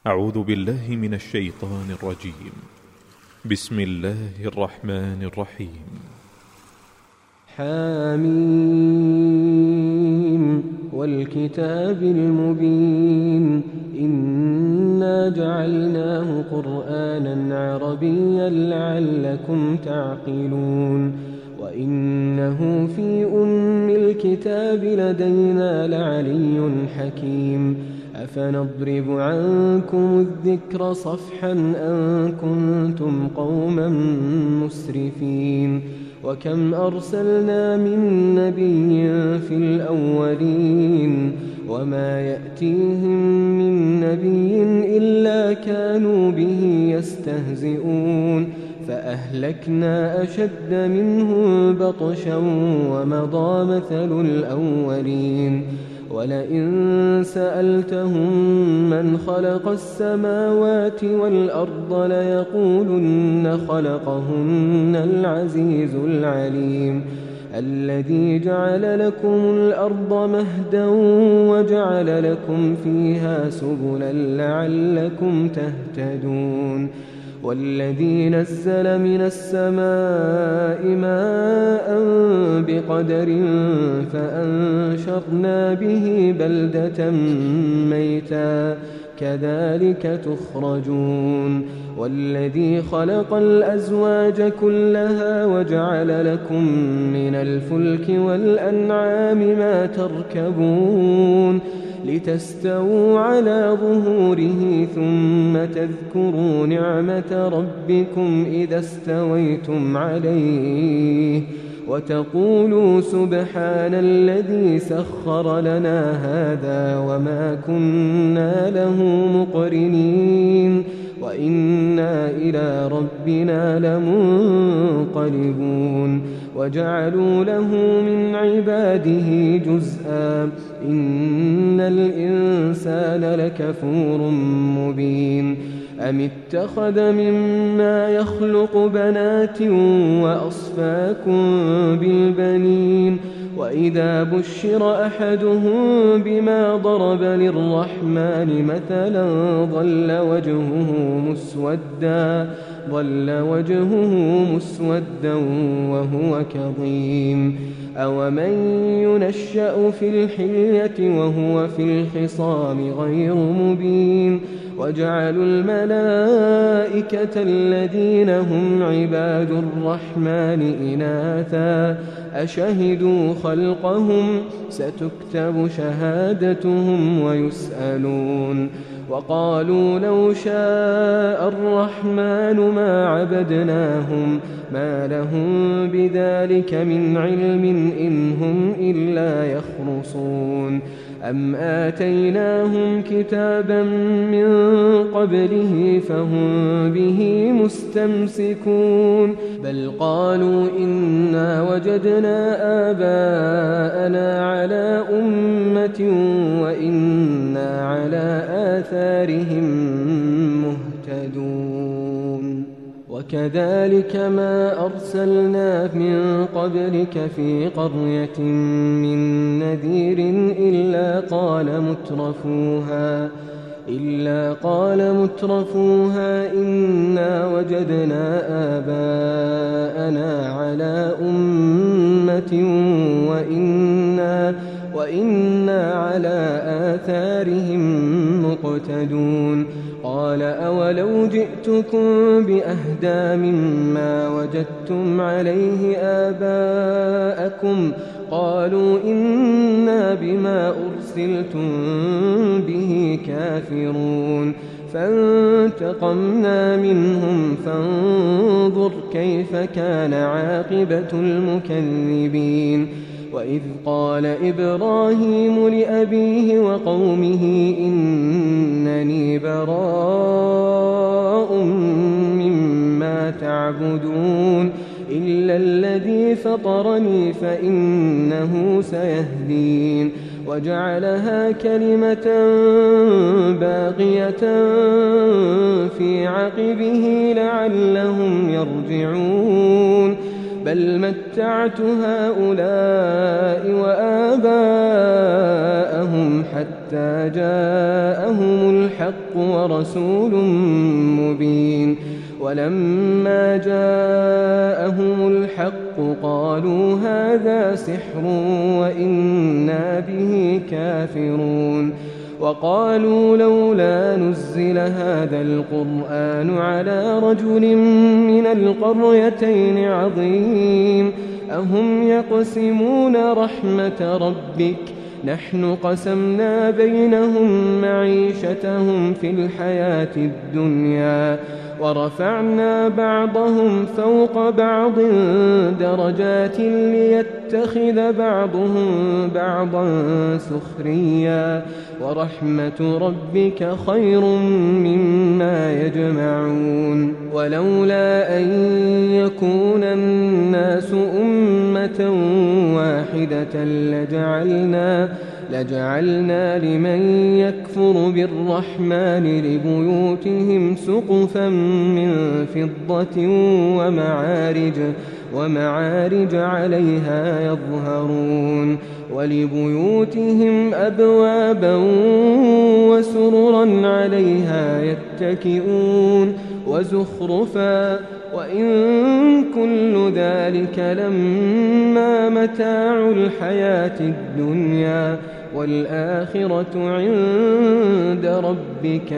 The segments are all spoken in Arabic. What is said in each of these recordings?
أعوذ بالله من الشيطان الرجيم. بسم الله الرحمن الرحيم. حميم والكتاب المبين إنا جعلناه قرآنا عربيا لعلكم تعقلون وإنه في أم الكتاب لدينا لعلي حكيم أفنضرب عنكم الذكر صفحا أن كنتم قوما مسرفين وكم أرسلنا من نبي في الأولين وما يأتيهم من نبي إلا كانوا به يستهزئون فأهلكنا أشد منهم بطشا ومضى مثل الأولين ولئن سألتهم من خلق السماوات والأرض ليقولن خلقهن العزيز العليم الذي جعل لكم الأرض مهدا وجعل لكم فيها سبلا لعلكم تهتدون والذي نزل من السماء ماء بقدر فأنشرنا به بلدة ميتا كذلك تخرجون والذي خلق الأزواج كلها وجعل لكم من الفلك والأنعام ما تركبون لتستووا على ظهوره ثم تذكروا نعمة ربكم إذا استويتم عليه وتقولوا سبحان الذي سخر لنا هذا وما كنا له مقرنين وإنا إلى ربنا لمنقلبون وجعلوا له من عباده جزءا إن الإنسان لكفور مبين أم اتخذ مما يخلق بنات وأصفاكم بالبنين وإذا بشر أحدهم بما ضرب للرحمن مثلا ظل وجهه مسودا وهو كظيم أومن ينشأ في الحلية وهو في الخصام غير مبين وجعلوا الملائكة الذين هم عباد الرحمن إناثا أشهدوا خلقهم ستكتب شهادتهم ويسألون وقالوا لو شاء الرحمن ما عبدناهم ما لهم بذلك من علم إن هم إلا يخرصون أم آتيناهم كتابا من قبله فهم به مستمسكون بل قالوا إنا وجدنا آباءنا على أمة وإنا على آثارهم مهتدون وكذلك ما أرسلنا من قبلك في قرية من نذير إلا قال مترفوها إنا وجدنا آباءنا على أمة وإنا على آثارهم مقتدون قال أولو جئتكم بأهدى مما وجدتم عليه آباءكم قالوا إنا بما أرسلتم به كافرون فانتقمنا منهم فانظر كيف كان عاقبة المكذبين وإذ قال إبراهيم لأبيه وقومه إنني براء مما تعبدون إلا الذي فطرني فإنه سيهدين وجعلها كلمة باقية في عقبه لعلهم يرجعون بل متعت هؤلاء وآباءهم حتى جاءهم الحق ورسول مبين ولما جاءهم الحق قالوا هذا سحر وإنا به كافرون وقالوا لولا نزل هذا القرآن على رجل من القريتين عظيم أهم يقسمون رحمة ربك نحن قسمنا بينهم معيشتهم في الحياة الدنيا ورفعنا بعضهم فوق بعض درجات ليتخذ بعضهم بعضا سخريا ورحمة ربك خير مما يجمعون ولولا أن يكون الناس أمة واحدة لجعلنا لمن يكفر بالرحمن لبيوتهم سقفا من فضة ومعارج عليها يظهرون ولبيوتهم أبوابا وسررا عليها يتكئون وزخرفا وإن كل ذلك لما متاع الحياة الدنيا والآخرة عند ربك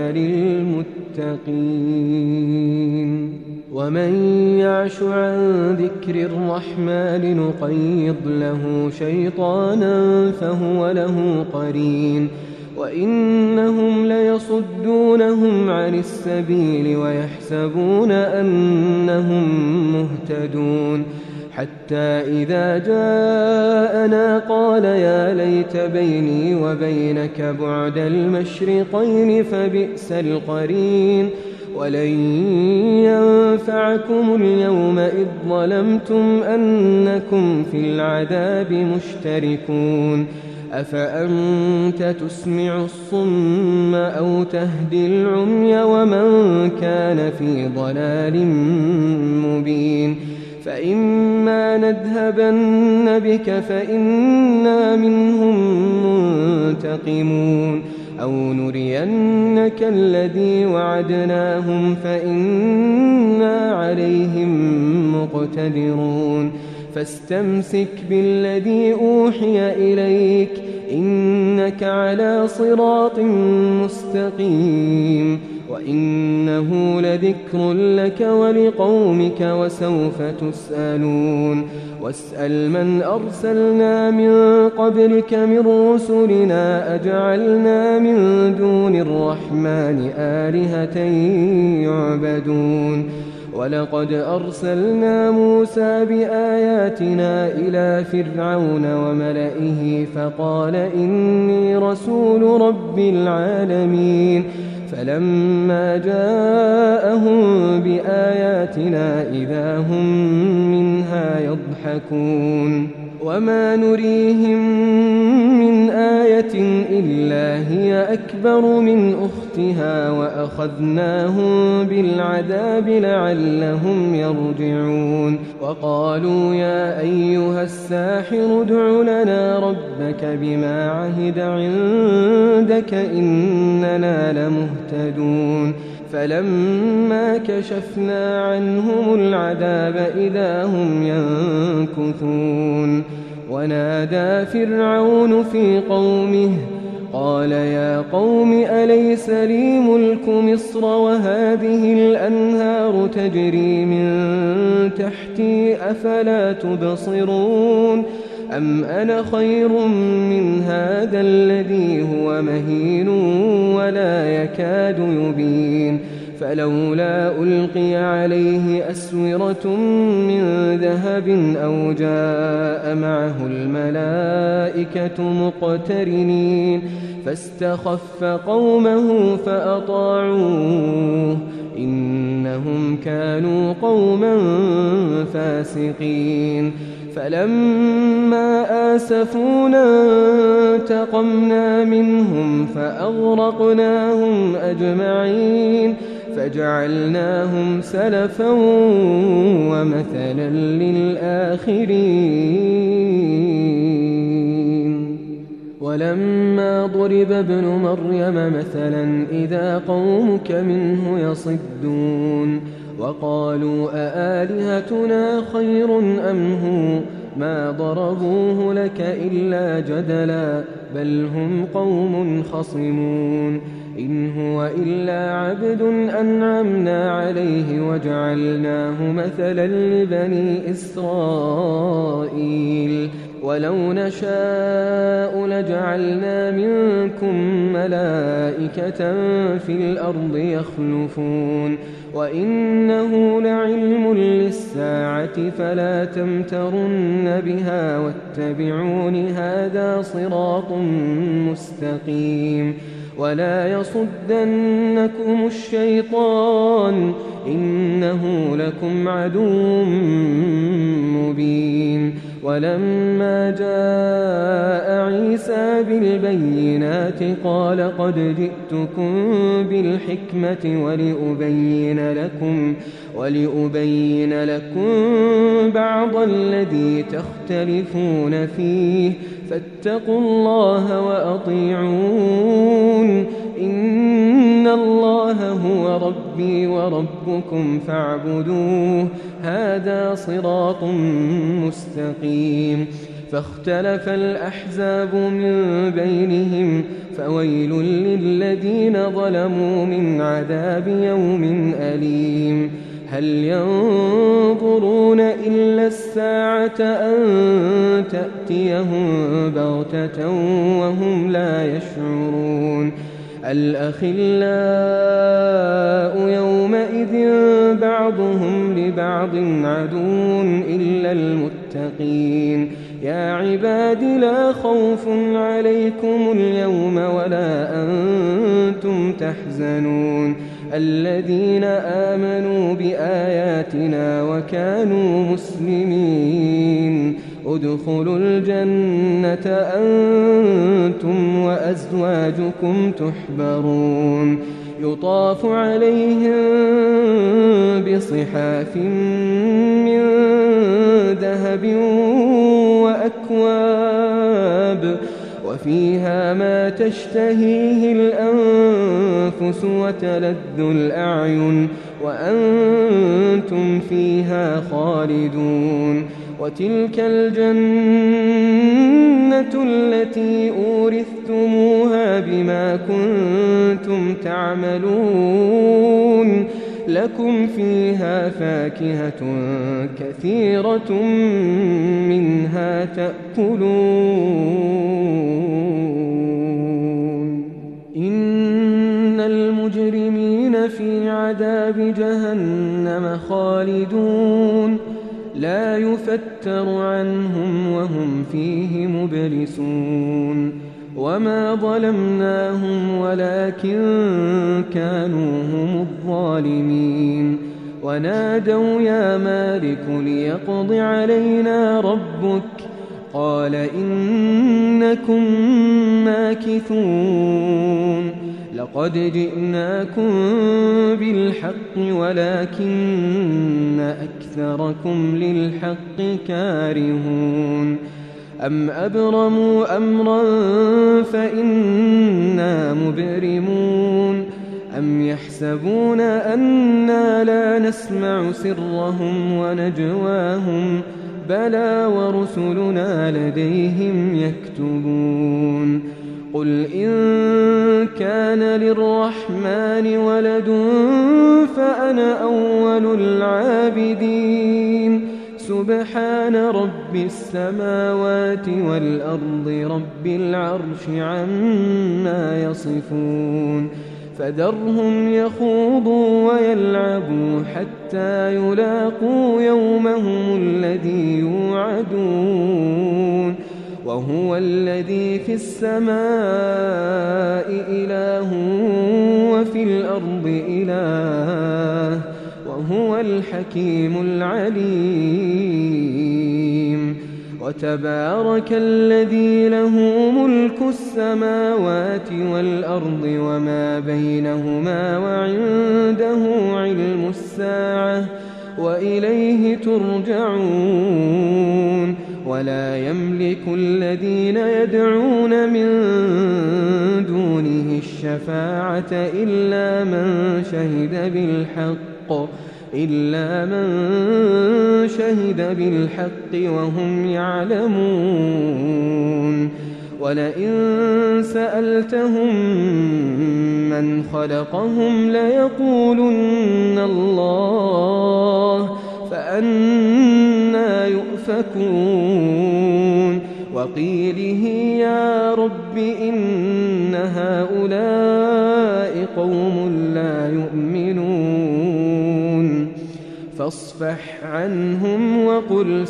للمتقين ومن يعش عن ذكر الرحمن نقيض له شيطانا فهو له قرين وإنهم ليصدونهم عن السبيل ويحسبون أنهم مهتدون حتى إذا جاءنا قال يا ليت بيني وبينك بعد المشرقين فبئس القرين ولن ينفعكم اليوم إذ ظلمتم أنكم في العذاب مشتركون أفأنت تسمع الصم أو تهدي العمي ومن كان في ضلال مبين فإما نذهبن بك فإنا منهم منتقمون أو نرينك الذي وعدناهم فإنا عليهم مقتدرون فاستمسك بالذي أوحي إليك إنك على صراط مستقيم وإنه لذكر لك ولقومك وسوف تسألون واسأل من أرسلنا من قبلك من رسلنا أجعلنا من دون الرحمن آلهة يعبدون ولقد أرسلنا موسى بآياتنا إلى فرعون وملئه فقال إني رسول رب العالمين فلما جاءهم بآياتنا إذا هم منها يضحكون وما نريهم من آية إلا هي أكبر من أختها وأخذناهم بالعذاب لعلهم يرجعون وقالوا يا أيها الساحر ادع لنا ربك بما عهد عندك إننا لمهتدون فلما كشفنا عنهم العذاب إذا هم ينكثون ونادى فرعون في قومه قال يا قوم أليس لي ملك مصر وهذه الأنهار تجري من تحتي أفلا تبصرون أم أنا خير من هذا الذي هو مهين ولا يكاد يبين فلولا ألقي عليه أسورة من ذهب أو جاء معه الملائكة مقترنين فاستخف قومه فأطاعوه إنهم كانوا قوما فاسقين فلما آسفونا انتقمنا منهم فأغرقناهم أجمعين فجعلناهم سلفا ومثلا للآخرين ولما ضرب ابن مريم مثلا إذا قومك منه يصدون وقالوا أآلهتنا خير أم هو ما ضربوه لك إلا جدلا بل هم قوم خصمون إن هو إلا عبد أنعمنا عليه وجعلناه مثلا لبني إسرائيل ولو نشاء لجعلنا منكم ملائكة في الأرض يخلفون وإنه لعلم للساعة فلا تمترن بها واتبعون هذا صراط مستقيم ولا يصدنكم الشيطان إنه لكم عدو مبين ولما جاء عيسى بالبينات قال قد جئتكم بالحكمة ولأبين لكم بعض الذي تختلفون فيه فاتقوا الله وأطيعون إن الله هو ربي وربكم فاعبدوه هذا صراط مستقيم فاختلف الأحزاب من بينهم فويل للذين ظلموا من عذاب يوم أليم هل ينظرون إلا الساعة أن تأتيهم بغتة وهم لا يشعرون الأخلاء يومئذ بعضهم لبعض عدو إلا المتقين يا عباد لا خوف عليكم اليوم ولا أنتم تحزنون الذين آمنوا بآياتنا وكانوا مسلمين ادخلوا الجنة أنتم وأزواجكم تحبرون يطاف عليهم بصحاف من ذهب وأكواب وفيها ما تشتهيه الأنفس وتلذ الأعين وأنتم فيها خالدون وتلك الجنة التي أورثتموها بما كنتم تعملون لكم فيها فاكهة كثيرة منها تأكلون إن المجرمين في عذاب جهنم خالدون لا يفتر عنهم وهم فيه مبلسون وما ظلمناهم ولكن كانوا هم الظالمين ونادوا يا مالك ليقض علينا ربك قال إنكم ماكثون لقد جئناكم بالحق ولكن أكثركم للحق كارهون أم أبرموا أمرا فإنا مبرمون أم يحسبون أنا لا نسمع سرهم ونجواهم بلى ورسلنا لديهم يكتبون قل إن كان للرحمن ولد فأنا أول العابدين سبحان رب السماوات والأرض رب العرش عما يصفون فذرهم يخوضوا ويلعبوا حتى يلاقوا يومهم الذي يوعدون وهو الذي في السماء إله وفي الأرض إله وهو الحكيم العليم وتبارك الذي له ملك السماوات والأرض وما بينهما وعنده علم الساعة وإليه ترجعون ولا يملك الذين يدعون من دونه الشفاعة إلا من شهد بالحق وهم يعلمون ولئن سألتهم من خلقهم ليقولن الله فأنى يؤفكون وقيله يا رب إن هؤلاء قوم لا يؤمنون فاصفح عنهم وقل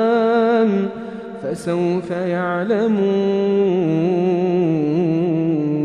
سلام فسوف يعلمون.